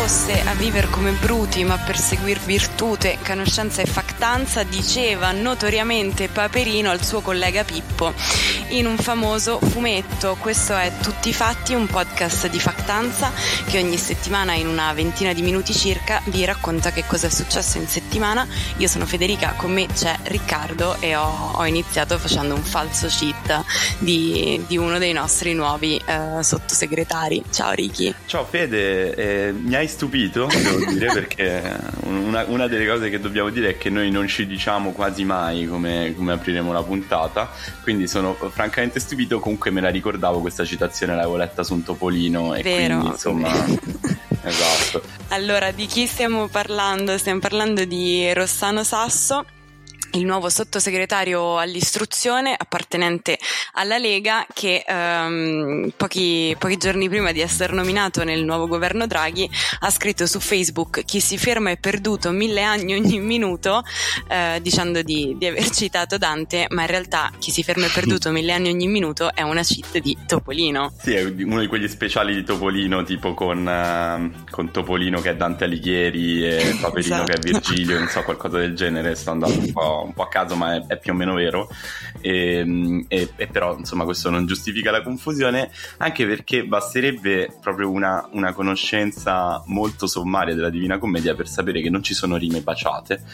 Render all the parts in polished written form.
fosse a viver come bruti, ma per seguir virtute, conoscenza e factanza, diceva notoriamente Paperino al suo collega Pippo in un famoso fumetto. Questo è Tutti Fatti, un podcast di factanza che ogni settimana in una ventina di minuti circa vi racconta che cosa è successo in settimana. Io sono Federica, con me c'è Riccardo e ho iniziato facendo un falso cheat di uno dei nostri nuovi sottosegretari. Ciao Ricky. Ciao Fede, mi hai stupito, devo dire, perché una delle cose che dobbiamo dire è che noi non ci diciamo quasi mai come apriremo la puntata, quindi sono francamente stupito. Comunque me la ricordavo questa citazione, l'avevo letta su un topolino e vero, quindi insomma esatto. Allora, di chi stiamo parlando? Stiamo parlando di Rossano Sasso, il nuovo sottosegretario all'istruzione appartenente alla Lega, che pochi giorni prima di essere nominato nel nuovo governo Draghi ha scritto su Facebook: chi si ferma è perduto, 1000 anni ogni minuto, dicendo di aver citato Dante, ma in realtà chi si ferma è perduto, 1000 anni ogni minuto è una cheat di Topolino. Sì, è uno di quegli speciali di Topolino, tipo con Topolino che è Dante Alighieri e Paperino esatto, che è Virgilio, non so, qualcosa del genere. Sto andando un po' a caso, ma è più o meno vero, e però insomma questo non giustifica la confusione, anche perché basterebbe proprio una conoscenza molto sommaria della Divina Commedia per sapere che non ci sono rime baciate,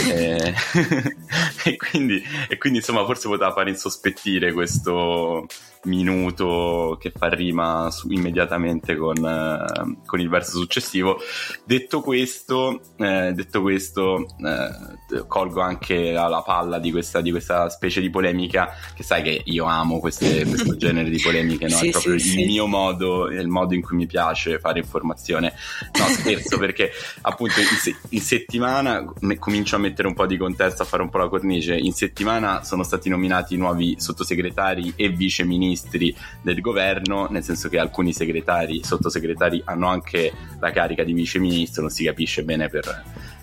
e quindi insomma forse poteva fare insospettire questo minuto che fa rima immediatamente con il verso successivo. Detto questo, colgo anche la palla di questa specie di polemica, che sai che io amo questo genere di polemiche, no? Sì, è proprio sì, il mio modo, è il modo in cui mi piace fare informazione. No, scherzo, perché appunto in settimana comincio a mettere un po' di contesto, a fare un po' la cornice. In settimana sono stati nominati nuovi sottosegretari e viceministri del governo, nel senso che alcuni sottosegretari hanno anche la carica di viceministro, non si capisce bene per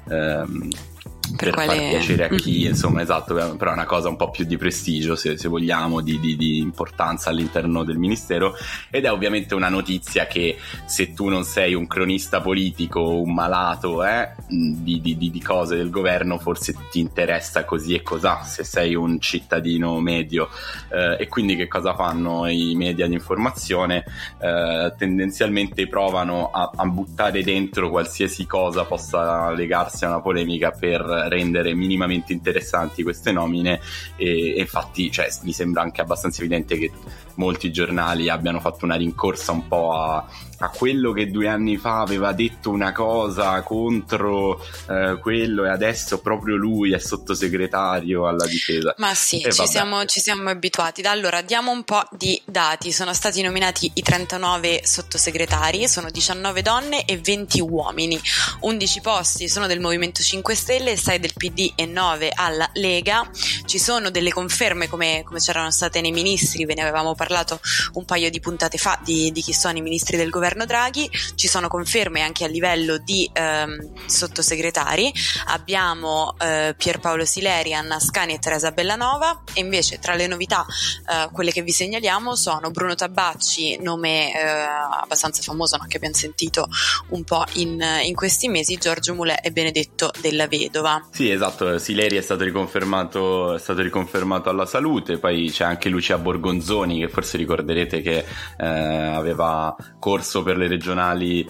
far piacere a chi, insomma, esatto, però è una cosa un po' più di prestigio, se vogliamo, di importanza all'interno del ministero, ed è ovviamente una notizia che, se tu non sei un cronista politico, un malato di cose del governo, forse ti interessa così e cosà, se sei un cittadino medio. E quindi che cosa fanno i media di informazione? Tendenzialmente provano a buttare dentro qualsiasi cosa possa legarsi a una polemica per rendere minimamente interessanti queste nomine, e infatti, cioè, mi sembra anche abbastanza evidente che molti giornali abbiano fatto una rincorsa un po' a quello che 2 anni fa aveva detto una cosa contro quello, e adesso proprio lui è sottosegretario alla difesa. Ma sì, ci siamo abituati. Allora, diamo un po' di dati. Sono stati nominati i 39 sottosegretari, sono 19 donne e 20 uomini. 11 posti sono del Movimento 5 Stelle, 6 del PD e 9 alla Lega. Ci sono delle conferme come c'erano state nei ministri, ve ne avevamo parlato un paio di puntate fa di chi sono i ministri del governo Draghi. Ci sono conferme anche a livello di sottosegretari. Abbiamo Pierpaolo Sileri, Anna Ascani e Teresa Bellanova, e invece tra le novità quelle che vi segnaliamo sono Bruno Tabacci, nome abbastanza famoso, no? Che abbiamo sentito un po' in questi mesi, Giorgio Mulè e Benedetto Della Vedova. Sì, esatto, Sileri è stato riconfermato alla Salute. Poi c'è anche Lucia Borgonzoni, che forse ricorderete che aveva corso per le regionali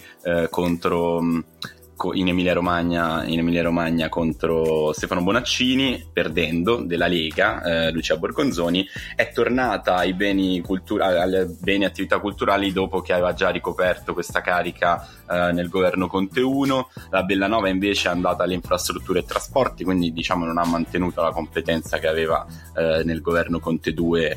in Emilia Romagna contro Stefano Bonaccini, perdendo, della Lega. Lucia Borgonzoni è tornata ai beni e attività culturali dopo che aveva già ricoperto questa carica nel governo Conte 1. La Bellanova invece è andata alle infrastrutture e trasporti, quindi diciamo non ha mantenuto la competenza che aveva nel governo Conte 2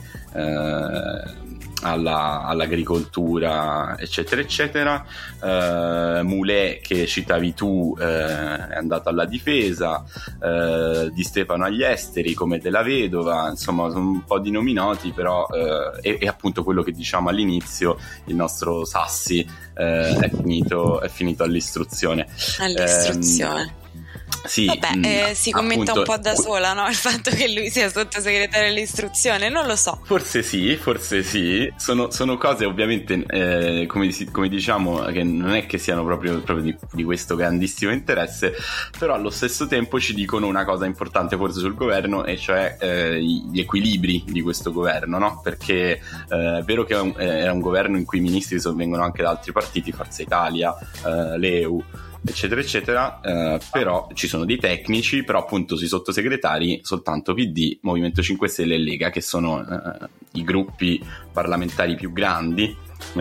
all'agricoltura, eccetera eccetera. Mulè, che citavi tu, è andato alla difesa, Di Stefano agli esteri, come Della Vedova. Insomma, sono un po' di nomi noti, però e appunto quello che diciamo all'inizio, il nostro Sassi è finito all'istruzione. Sì, vabbè, si commenta appunto, un po' da sola, no? Il fatto che lui sia sottosegretario dell'istruzione, non lo so. forse sì, sono cose ovviamente, come diciamo, che non è che siano proprio di questo grandissimo interesse, però allo stesso tempo ci dicono una cosa importante forse sul governo, e cioè gli equilibri di questo governo, no? Perché è vero che era un governo in cui i ministri vengono anche da altri partiti, Forza Italia, l'EU, eccetera eccetera, però ci sono dei tecnici, però appunto sui sottosegretari soltanto PD, Movimento 5 Stelle e Lega, che sono i gruppi parlamentari più grandi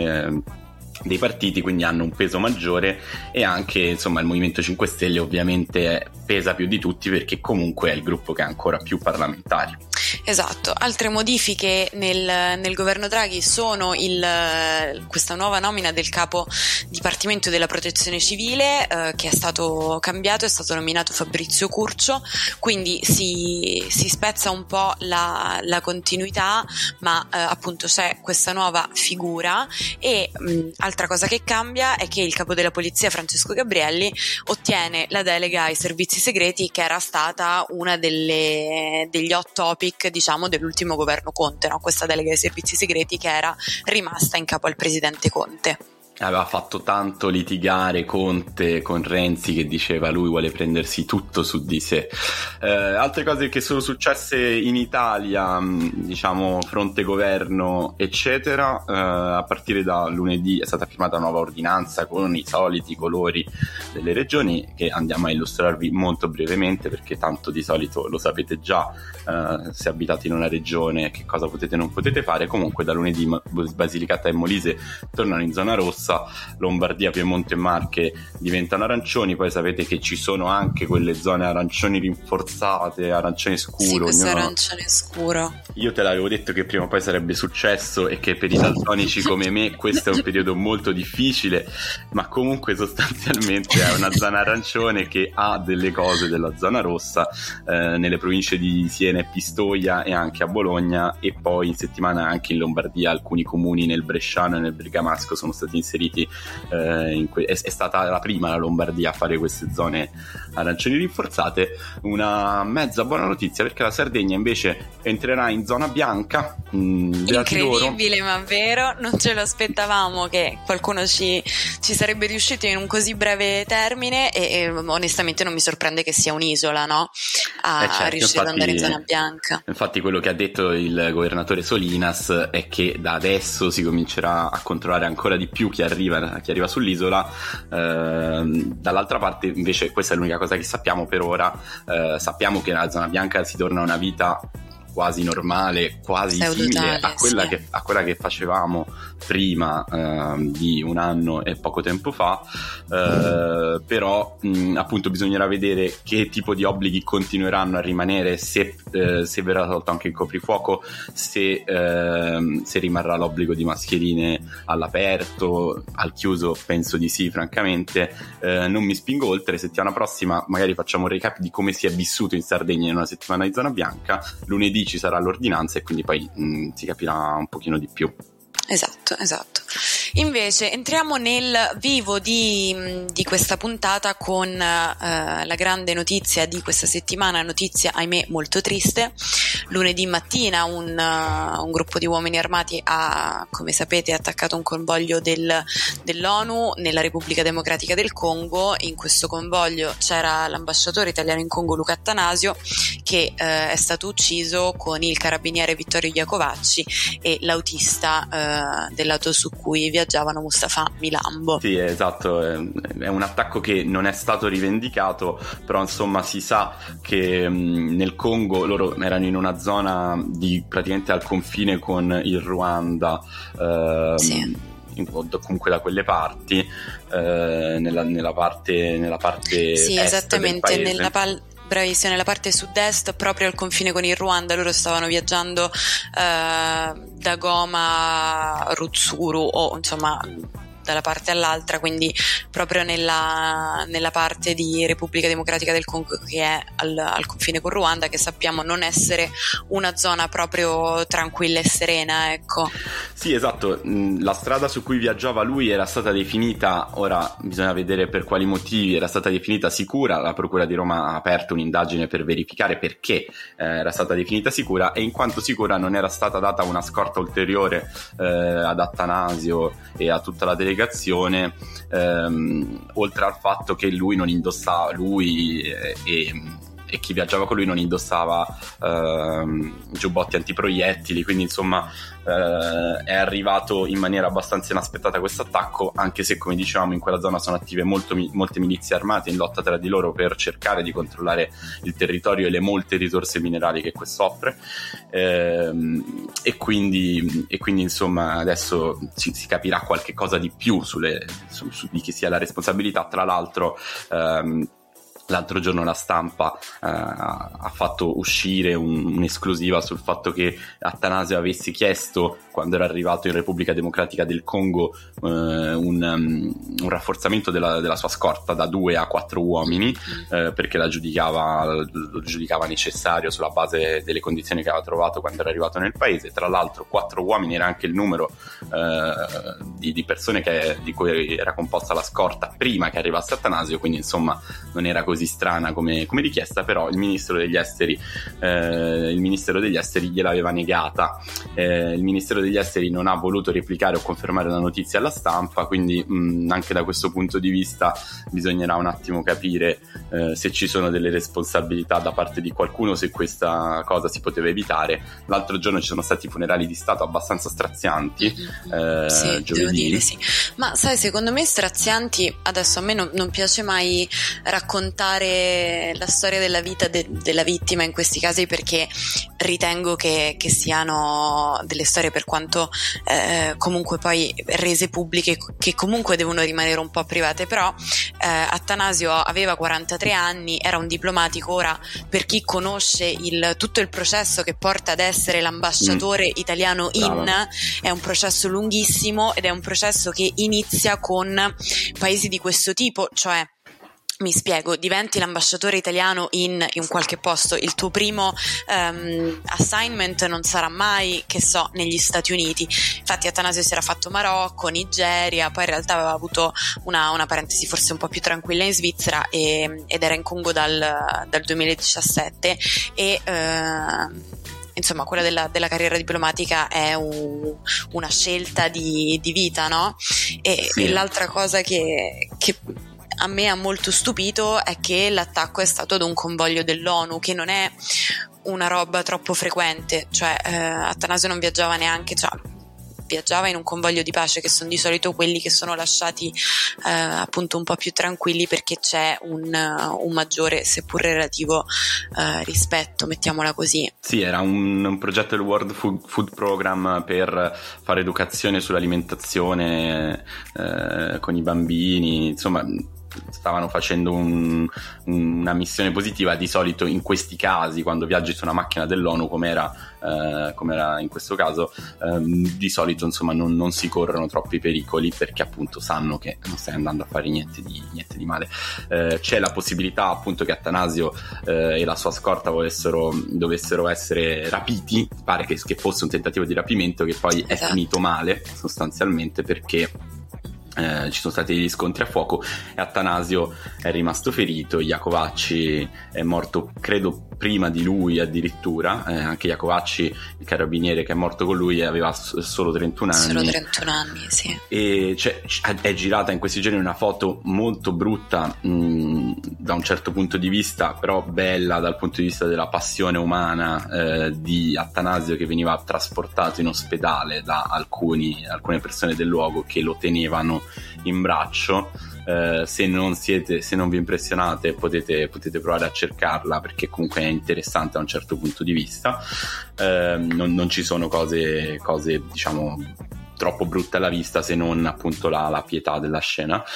dei partiti, quindi hanno un peso maggiore, e anche insomma il Movimento 5 Stelle ovviamente pesa più di tutti perché comunque è il gruppo che ha ancora più parlamentari. Esatto, altre modifiche nel governo Draghi sono questa nuova nomina del capo dipartimento della protezione civile, che è stato cambiato, è stato nominato Fabrizio Curcio, quindi si spezza un po' la continuità, ma appunto c'è questa nuova figura. E altra cosa che cambia è che il capo della polizia, Francesco Gabrielli, ottiene la delega ai servizi segreti, che era stata una degli hot topic, diciamo, dell'ultimo governo Conte, no? Questa delega ai servizi segreti che era rimasta in capo al presidente Conte. Aveva fatto tanto litigare Conte con Renzi, che diceva lui vuole prendersi tutto su di sé. Altre cose che sono successe in Italia, diciamo fronte governo eccetera, a partire da lunedì è stata firmata una nuova ordinanza con i soliti colori delle regioni, che andiamo a illustrarvi molto brevemente, perché tanto di solito lo sapete già, se abitate in una regione che cosa potete e non potete fare. Comunque da lunedì Basilicata e Molise tornano in zona rossa, Lombardia, Piemonte e Marche diventano arancioni. Poi sapete che ci sono anche quelle zone arancioni rinforzate, arancione scuro. Sì, questo arancione scuro. Io te l'avevo detto che prima o poi sarebbe successo, e che per i daltonici come me questo è un periodo molto difficile, ma comunque sostanzialmente è una zona arancione che ha delle cose della zona rossa, nelle province di Siena e Pistoia e anche a Bologna, e poi in settimana anche in Lombardia alcuni comuni nel Bresciano e nel Bergamasco sono stati inseriti è stata la prima la Lombardia a fare queste zone arancioni rinforzate. Una mezza buona notizia, perché la Sardegna invece entrerà in zona bianca. Incredibile, ma vero, non ce lo aspettavamo che qualcuno ci sarebbe riuscito in un così breve termine, e onestamente non mi sorprende che sia un'isola, no? A riuscire ad andare in zona bianca. Infatti quello che ha detto il governatore Solinas è che da adesso si comincerà a controllare ancora di più chi arriva sull'isola. Dall'altra parte invece, questa è l'unica cosa che sappiamo per ora, sappiamo che nella zona bianca si torna a una vita quasi normale, quasi simile a quella, sì, a quella che facevamo prima di un anno e poco tempo fa, però appunto bisognerà vedere che tipo di obblighi continueranno a rimanere, se verrà tolto anche il coprifuoco, se rimarrà l'obbligo di mascherine all'aperto, al chiuso penso di sì, francamente. Non mi spingo oltre. Settimana prossima magari facciamo un recap di come si è vissuto in Sardegna in una settimana di zona bianca. Lunedì ci sarà l'ordinanza e quindi poi si capirà un pochino di più. Esatto. Invece entriamo nel vivo di questa puntata con la grande notizia di questa settimana, notizia ahimè molto triste. Lunedì mattina un gruppo di uomini armati ha, come sapete, attaccato un convoglio dell'ONU nella Repubblica Democratica del Congo. In questo convoglio c'era l'ambasciatore italiano in Congo Luca Attanasio, che è stato ucciso con il carabiniere Vittorio Iacovacci e l'autista dell'auto su cui viaggiavano, Mustafa Milambo. Sì, esatto, è un attacco che non è stato rivendicato, però insomma si sa che nel Congo loro erano in una zona praticamente al confine con il Ruanda, sì, comunque da quelle parti, nella parte sì, est esattamente, del paese. Bravissima, nella parte sud-est, proprio al confine con il Ruanda. Loro stavano viaggiando da Goma a Rutsuru, o insomma dalla parte all'altra, quindi proprio nella parte di Repubblica Democratica del Congo, che è al confine con Ruanda, che sappiamo non essere una zona proprio tranquilla e serena, ecco. Sì, esatto, la strada su cui viaggiava lui era stata definita, ora bisogna vedere per quali motivi, era stata definita sicura. La Procura di Roma ha aperto un'indagine per verificare perché era stata definita sicura, e in quanto sicura non era stata data una scorta ulteriore ad Attanasio e a tutta la delegazione, oltre al fatto che lui non indossava, e chi viaggiava con lui non indossava giubbotti antiproiettili, quindi insomma è arrivato in maniera abbastanza inaspettata questo attacco, anche se, come dicevamo, in quella zona sono attive molte milizie armate in lotta tra di loro per cercare di controllare il territorio e le molte risorse minerali che questo offre, e quindi insomma adesso si capirà qualche cosa di più su di chi sia la responsabilità. Tra l'altro l'altro giorno la stampa ha fatto uscire un'esclusiva sul fatto che Attanasio avesse chiesto, quando era arrivato in Repubblica Democratica del Congo, un rafforzamento della sua scorta da 2 a 4 uomini, perché lo giudicava necessario sulla base delle condizioni che aveva trovato quando era arrivato nel paese. Tra l'altro 4 uomini era anche il numero di persone di cui era composta la scorta prima che arrivasse Attanasio, quindi insomma non era così strana come richiesta, però il Ministero degli Esteri gliel'aveva negata. Il Ministero degli Esteri non ha voluto replicare o confermare la notizia alla stampa, quindi anche da questo punto di vista bisognerà un attimo capire se ci sono delle responsabilità da parte di qualcuno, se questa cosa si poteva evitare. L'altro giorno ci sono stati funerali di Stato abbastanza strazianti, sì, giovedì. devo dire, sì. Ma sai, secondo me strazianti, adesso a me non piace mai raccontare la storia della vita della vittima in questi casi, perché ritengo che siano delle storie, per quanto comunque poi rese pubbliche, che comunque devono rimanere un po' private. Però Attanasio aveva 43 anni, era un diplomatico. Ora, per chi conosce tutto il processo che porta ad essere l'ambasciatore italiano è un processo lunghissimo, ed è un processo che inizia con paesi di questo tipo, cioè, mi spiego, diventi l'ambasciatore italiano in un qualche posto, il tuo primo assignment non sarà mai, che so, negli Stati Uniti. Infatti Attanasio si era fatto Marocco, Nigeria, poi in realtà aveva avuto una parentesi forse un po' più tranquilla in Svizzera, ed era in Congo dal 2017, e insomma quella della carriera diplomatica è una scelta di vita, no? E l'altra cosa che a me ha molto stupito è che l'attacco è stato ad un convoglio dell'ONU, che non è una roba troppo frequente. Cioè Attanasio non viaggiava neanche, cioè viaggiava in un convoglio di pace, che sono di solito quelli che sono lasciati appunto un po' più tranquilli, perché c'è un maggiore, seppur relativo, rispetto, mettiamola così. Sì, era un progetto del World Food Program per fare educazione sull'alimentazione con i bambini, insomma stavano facendo una missione positiva. Di solito in questi casi, quando viaggi su una macchina dell'ONU, come era in questo caso, di solito insomma non si corrono troppi pericoli, perché appunto sanno che non stai andando a fare niente di male. C'è la possibilità appunto che Attanasio e la sua scorta dovessero essere rapiti. Pare che fosse un tentativo di rapimento, che poi è finito male sostanzialmente, perché ci sono stati degli scontri a fuoco e Attanasio è rimasto ferito. Iacovacci è morto, credo, prima di lui addirittura. Anche Iacovacci, il carabiniere che è morto con lui, aveva solo 31 anni. Solo 31 anni, sì. E è girata in questi giorni una foto molto brutta da un certo punto di vista, però bella dal punto di vista della passione umana, di Attanasio che veniva trasportato in ospedale da alcune persone del luogo che lo tenevano in braccio. Se non vi impressionate potete provare a cercarla, perché comunque è interessante da un certo punto di vista. Non ci sono cose diciamo troppo brutte alla vista, se non appunto la pietà della scena.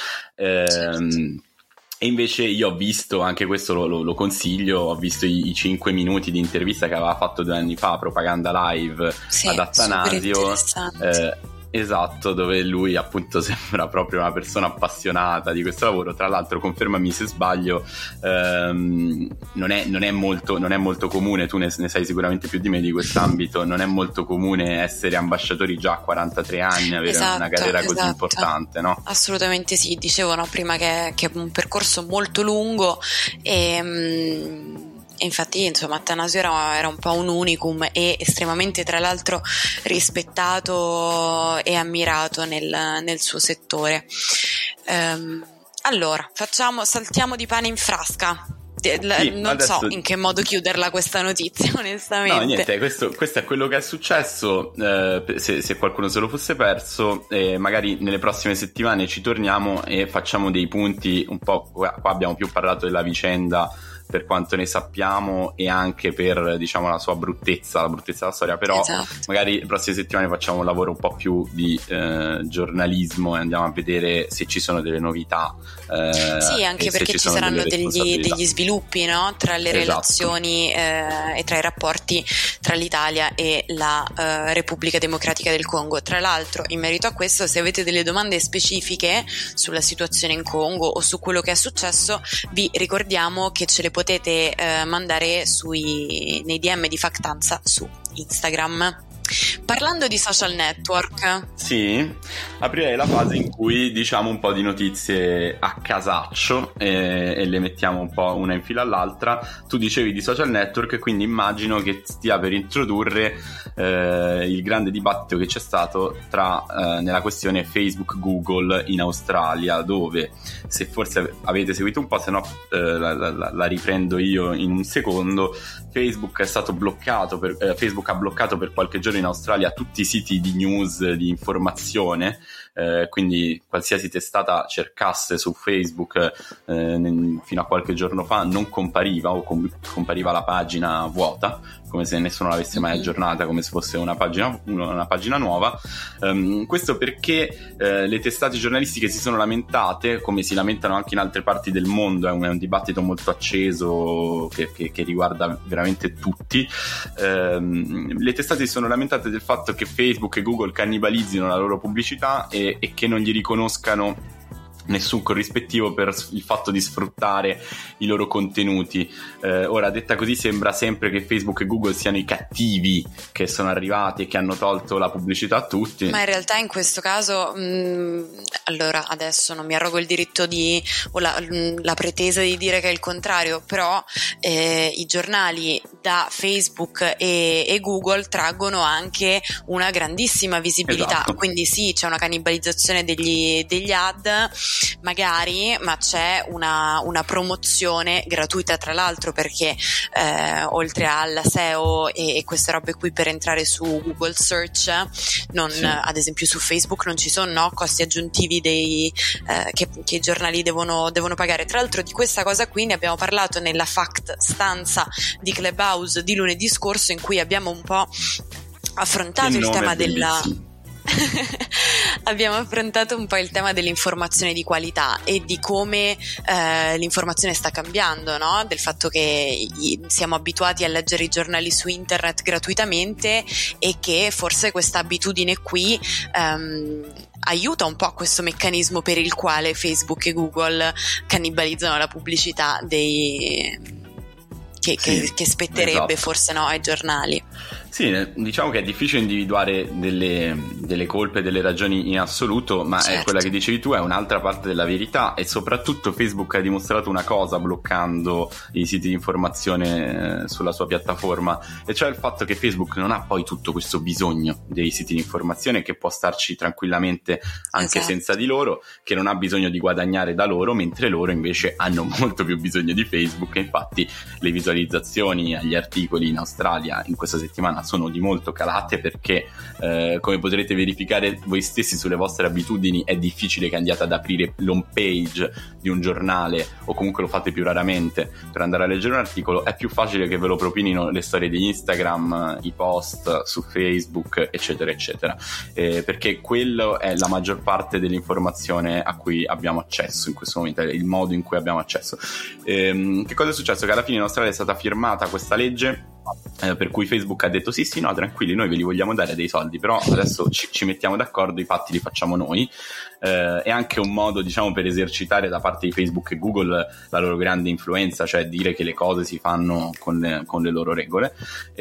Certo. E invece io ho visto, anche questo lo consiglio, ho visto i 5 minuti di intervista che aveva fatto 2 anni fa, Propaganda Live, ad Attanasio. Esatto, dove lui appunto sembra proprio una persona appassionata di questo lavoro. Tra l'altro, confermami se sbaglio, non è molto comune, tu ne sai sicuramente più di me di quest'ambito, non è molto comune essere ambasciatori già a 43 anni, avere una carriera così importante, no? Assolutamente sì, dicevo prima che è un percorso molto lungo e infatti insomma Attanasio era un po' un unicum e estremamente tra l'altro rispettato e ammirato nel suo settore. Allora saltiamo di pane in frasca. Non so in che modo chiuderla questa notizia, onestamente. No, niente, questo è quello che è successo. Se qualcuno se lo fosse perso, magari nelle prossime settimane ci torniamo e facciamo dei punti un po'. Qua abbiamo più parlato della vicenda per quanto ne sappiamo e anche per, diciamo, la sua bruttezza, la bruttezza della storia, però esatto. Magari le prossime settimane facciamo un lavoro un po' più di giornalismo e andiamo a vedere se ci sono delle novità. Sì, anche perché ci saranno degli sviluppi, no? Tra le relazioni e tra i rapporti tra l'Italia e la Repubblica Democratica del Congo. Tra l'altro, in merito a questo, se avete delle domande specifiche sulla situazione in Congo o su quello che è successo, vi ricordiamo che ce le potete mandare nei DM di Factanza su Instagram. Parlando di social network, sì, aprirei la fase in cui diciamo un po' di notizie a casaccio e le mettiamo un po' una in fila all'altra. Tu dicevi di social network, quindi immagino che stia per introdurre il grande dibattito che c'è stato nella questione Facebook-Google in Australia, dove, se forse avete seguito un po', se no la riprendo io in un secondo. Facebook ha bloccato per qualche giorno in Australia tutti i siti di news, di informazione, quindi qualsiasi testata cercasse su Facebook fino a qualche giorno fa non compariva o compariva la pagina vuota, come se nessuno l'avesse mai aggiornata, come se fosse una pagina nuova. Questo perché le testate giornalistiche si sono lamentate, come si lamentano anche in altre parti del mondo. È un dibattito molto acceso che riguarda veramente tutti. Le testate si sono lamentate del fatto che Facebook e Google cannibalizzino la loro pubblicità e che non gli riconoscano nessun corrispettivo per il fatto di sfruttare i loro contenuti. Ora, detta così, sembra sempre che Facebook e Google siano i cattivi che sono arrivati e che hanno tolto la pubblicità a tutti. Ma in realtà in questo caso, allora adesso non mi arrogo il diritto o la pretesa di dire che è il contrario, però i giornali da Facebook e Google traggono anche una grandissima visibilità. Esatto. Quindi sì, c'è una cannibalizzazione degli ad, magari, ma c'è una promozione gratuita, tra l'altro, perché oltre alla SEO e queste robe qui per entrare su Google Search, ad esempio su Facebook non ci sono costi aggiuntivi che i giornali devono pagare. Tra l'altro di questa cosa qui ne abbiamo parlato nella Fact stanza di Clubhouse di lunedì scorso, in cui abbiamo un po' affrontato il tema abbiamo affrontato un po' il tema dell'informazione di qualità e di come l'informazione sta cambiando, no? Del fatto che siamo abituati a leggere i giornali su internet gratuitamente e che forse questa abitudine qui aiuta un po' questo meccanismo per il quale Facebook e Google cannibalizzano la pubblicità che spetterebbe, esatto, forse ai giornali. Sì, diciamo che è difficile individuare delle colpe, delle ragioni in assoluto, ma certo, è quella che dicevi tu, è un'altra parte della verità. E soprattutto Facebook ha dimostrato una cosa bloccando i siti di informazione sulla sua piattaforma, e cioè il fatto che Facebook non ha poi tutto questo bisogno dei siti di informazione, che può starci tranquillamente anche esatto, senza di loro, che non ha bisogno di guadagnare da loro, mentre loro invece hanno molto più bisogno di Facebook. E infatti le visualizzazioni agli articoli in Australia in questa settimana sono di molto calate, perché come potrete verificare voi stessi sulle vostre abitudini, è difficile che andiate ad aprire l'home page di un giornale, o comunque lo fate più raramente, per andare a leggere un articolo. È più facile che ve lo propinino le storie di Instagram, i post su Facebook, eccetera eccetera, perché quello è la maggior parte dell'informazione a cui abbiamo accesso in questo momento, è il modo in cui abbiamo accesso. Che cosa è successo? Che alla fine in Australia è stata firmata questa legge per cui Facebook ha detto sì, no, tranquilli, noi ve li vogliamo dare dei soldi, però adesso ci mettiamo d'accordo, i patti li facciamo noi. È anche un modo, diciamo, per esercitare da parte di Facebook e Google la loro grande influenza, cioè dire che le cose si fanno con le loro regole,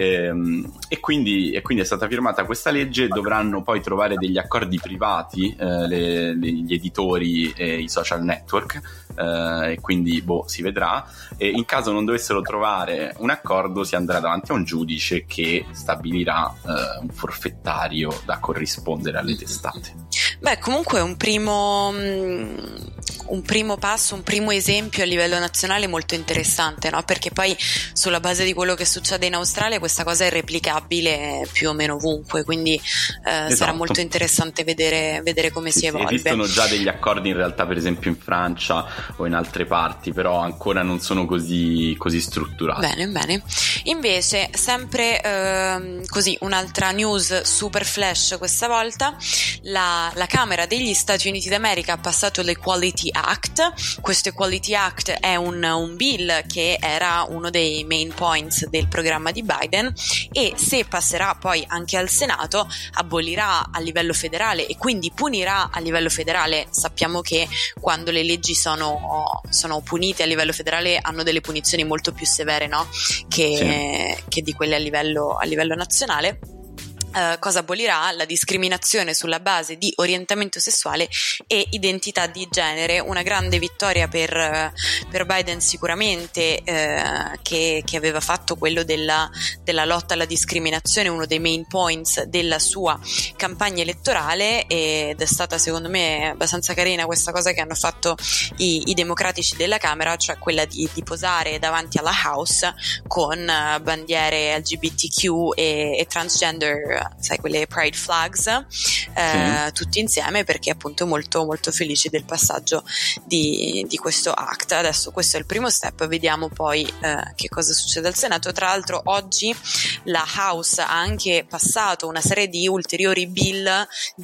e quindi è stata firmata questa legge. Dovranno poi trovare degli accordi privati, gli editori e i social network, e quindi si vedrà, e in caso non dovessero trovare un accordo si andrà davanti a un giudice che stabilirà un forfettario da corrispondere alle testate. Beh, comunque è un primo passo, un primo esempio a livello nazionale molto interessante, no? Perché poi sulla base di quello che succede in Australia questa cosa è replicabile più o meno ovunque, quindi sarà molto interessante vedere come si evolve. Esistono già degli accordi in realtà, per esempio in Francia o in altre parti, però ancora non sono così strutturati. Bene. Invece sempre così, un'altra news super flash questa volta. La Camera degli Stati Uniti d'America ha passato l'Equality Act. Questo Equality Act è un bill che era uno dei main points del programma di Biden, e se passerà poi anche al Senato abolirà a livello federale e quindi punirà a livello federale. Sappiamo che quando le leggi sono punite a livello federale hanno delle punizioni molto più severe, no? Che di quelle a livello nazionale. Cosa abolirà? La discriminazione sulla base di orientamento sessuale e identità di genere. Una grande vittoria per Biden sicuramente, che aveva fatto quello della lotta alla discriminazione uno dei main points della sua campagna elettorale, ed è stata secondo me abbastanza carina questa cosa che hanno fatto i democratici della Camera, cioè quella di posare davanti alla House con bandiere LGBTQ e transgender, sai, quelle pride flags, tutti insieme, perché appunto molto molto felici del passaggio di questo act. Adesso questo è il primo step, vediamo poi che cosa succede al Senato. Tra l'altro oggi la House ha anche passato una serie di ulteriori bill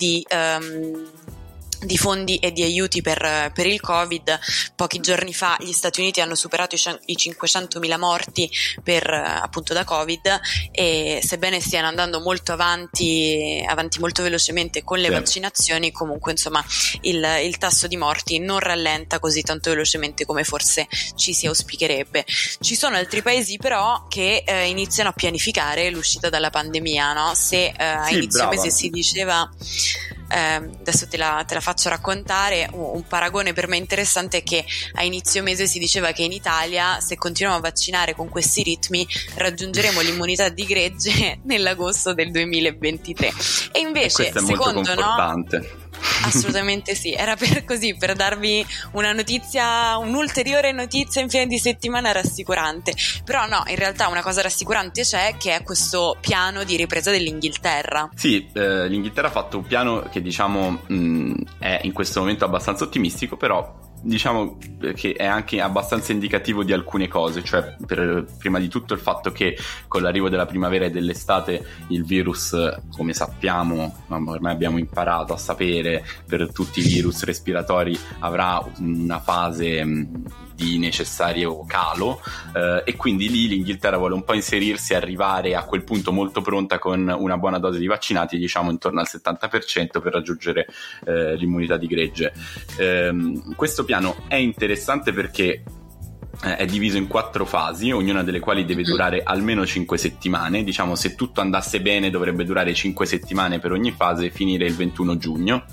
di fondi e di aiuti per il Covid. Pochi giorni fa gli Stati Uniti hanno superato i 500.000 morti appunto da Covid, e sebbene stiano andando molto avanti molto velocemente con le vaccinazioni, comunque insomma il tasso di morti non rallenta così tanto velocemente come forse ci si auspicherebbe. Ci sono altri paesi però che iniziano a pianificare l'uscita dalla pandemia, no? Se a inizio mese si diceva, adesso te la faccio raccontare, un paragone per me interessante è che a inizio mese si diceva che in Italia, se continuiamo a vaccinare con questi ritmi, raggiungeremo l'immunità di gregge nell'agosto del 2023, e invece questo è secondo molto confortante. No? Assolutamente sì, era per darvi una notizia, un'ulteriore notizia in fine di settimana rassicurante. Però no, in realtà una cosa rassicurante c'è, che è questo piano di ripresa dell'Inghilterra. Sì, l'Inghilterra ha fatto un piano che diciamo è in questo momento abbastanza ottimistico, però diciamo che è anche abbastanza indicativo di alcune cose, cioè prima di tutto il fatto che con l'arrivo della primavera e dell'estate il virus, come sappiamo, ormai abbiamo imparato a sapere, per tutti i virus respiratori avrà una fase di necessario calo, e quindi lì l'Inghilterra vuole un po' inserirsi e arrivare a quel punto molto pronta con una buona dose di vaccinati, diciamo intorno al 70%, per raggiungere l'immunità di gregge. Questo piano è interessante perché è diviso in 4 fasi, ognuna delle quali deve durare almeno 5 settimane. Diciamo, se tutto andasse bene dovrebbe durare 5 settimane per ogni fase e finire il 21 giugno.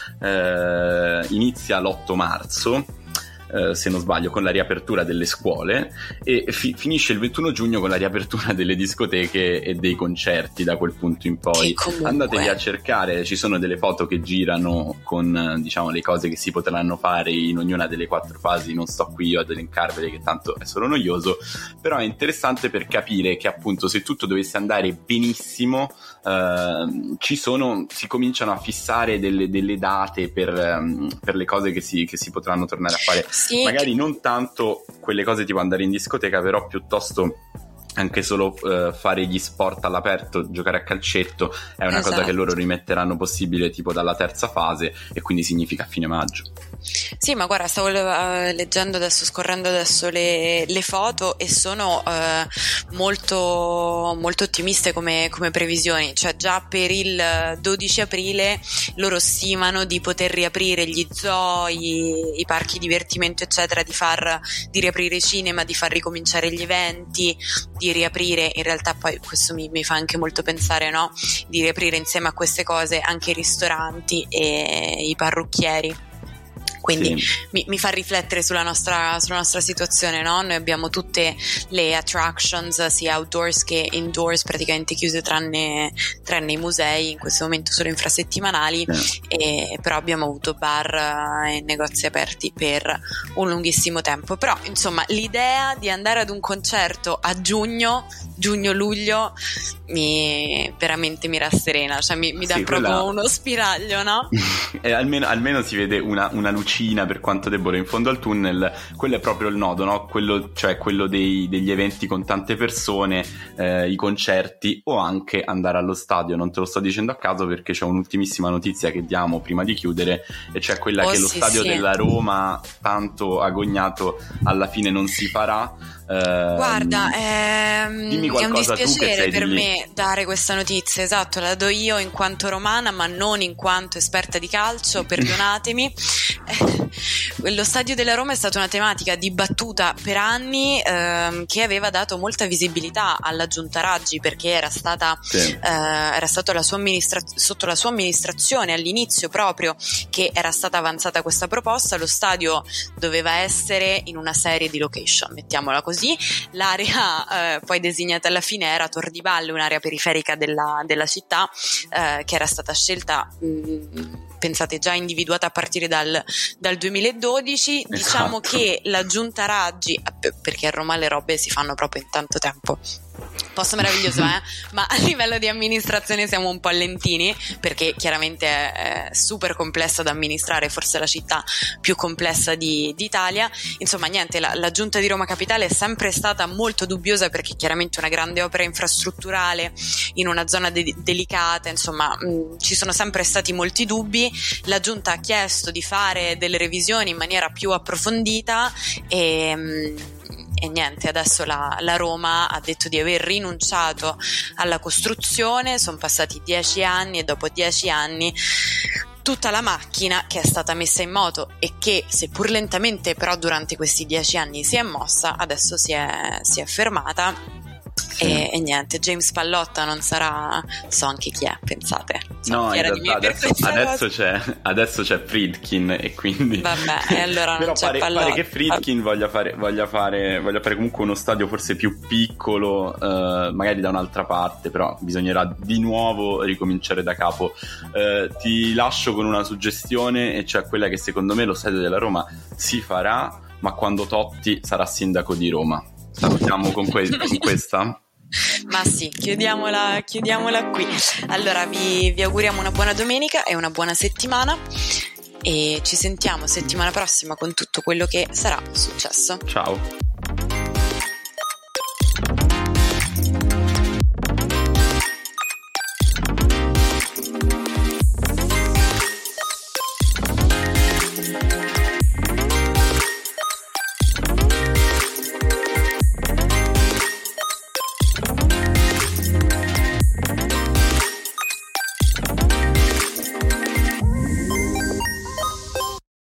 Inizia l'8 marzo, se non sbaglio, con la riapertura delle scuole, e finisce il 21 giugno con la riapertura delle discoteche e dei concerti. Da quel punto in poi andatevi a cercare, ci sono delle foto che girano con diciamo le cose che si potranno fare in ognuna delle 4 fasi. Non sto qui io ad elencarvele, che tanto è solo noioso, però è interessante per capire che appunto se tutto dovesse andare benissimo, si cominciano a fissare delle date per le cose che si potranno tornare a fare. Sì, magari non tanto quelle cose tipo andare in discoteca, però piuttosto anche solo fare gli sport all'aperto, giocare a calcetto è una cosa che loro rimetteranno possibile tipo dalla terza fase, e quindi significa fine maggio. Sì, ma guarda, stavo leggendo adesso, scorrendo adesso le foto, e sono molto, molto ottimiste come previsioni. Cioè già per il 12 aprile loro stimano di poter riaprire gli zoo, i parchi divertimento eccetera, di riaprire i cinema, di far ricominciare gli eventi, di riaprire, in realtà poi questo mi fa anche molto pensare, no? Di riaprire insieme a queste cose anche i ristoranti e i parrucchieri. Quindi sì, mi fa riflettere sulla nostra situazione, no? Noi abbiamo tutte le attractions sia outdoors che indoors praticamente chiuse, tranne i musei in questo momento solo infrasettimanali, però abbiamo avuto bar e negozi aperti per un lunghissimo tempo. Però insomma l'idea di andare ad un concerto a giugno-luglio veramente mi rasserena, cioè mi dà proprio uno spiraglio, no? almeno si vede una lucina per quanto debole in fondo al tunnel. Quello è proprio il nodo, no? Quello degli eventi con tante persone, i concerti, o anche andare allo stadio. Non te lo sto dicendo a caso perché c'è un'ultimissima notizia che diamo prima di chiudere, e cioè quella che lo stadio della Roma, tanto agognato, alla fine non si farà. Guarda, dimmi è un dispiacere dispiacere tu che sei per di lì. me dare questa notizia, esatto, la do io in quanto romana, ma non in quanto esperta di calcio, perdonatemi. Lo stadio della Roma è stata una tematica dibattuta per anni, che aveva dato molta visibilità alla Giunta Raggi, perché era stato sotto la sua amministrazione all'inizio proprio che era stata avanzata questa proposta. Lo stadio doveva essere in una serie di location, mettiamola così. L'area poi designata alla fine era Tor di Valle, un'area periferica della città, che era stata scelta, pensate, già individuata a partire dal 2012. Esatto. Diciamo che la Giunta Raggi, perché a Roma le robe si fanno proprio in tanto tempo, posto meraviglioso, ma a livello di amministrazione siamo un po' lentini, perché chiaramente è super complessa da amministrare, forse la città più complessa d'Italia. Insomma, niente, la Giunta di Roma Capitale è sempre stata molto dubbiosa, perché chiaramente una grande opera infrastrutturale in una zona delicata, insomma, ci sono sempre stati molti dubbi. La Giunta ha chiesto di fare delle revisioni in maniera più approfondita e niente, adesso la Roma ha detto di aver rinunciato alla costruzione. Sono passati 10 anni e dopo 10 anni tutta la macchina che è stata messa in moto, e che seppur lentamente però durante questi 10 anni si è mossa, adesso si è fermata. E niente, James Pallotta non sarà, so anche chi è, pensate. No, in realtà adesso c'è Friedkin, e quindi vabbè, e allora però non c'è Pallotta. pare che Friedkin voglia fare comunque uno stadio forse più piccolo, magari da un'altra parte, però bisognerà di nuovo ricominciare da capo. Ti lascio con una suggestione, e cioè quella che secondo me lo stadio della Roma si farà, ma quando Totti sarà sindaco di Roma. Salutiamo con questa? Ma sì, chiudiamola qui. Allora vi auguriamo una buona domenica e una buona settimana, e ci sentiamo settimana prossima con tutto quello che sarà successo. Ciao.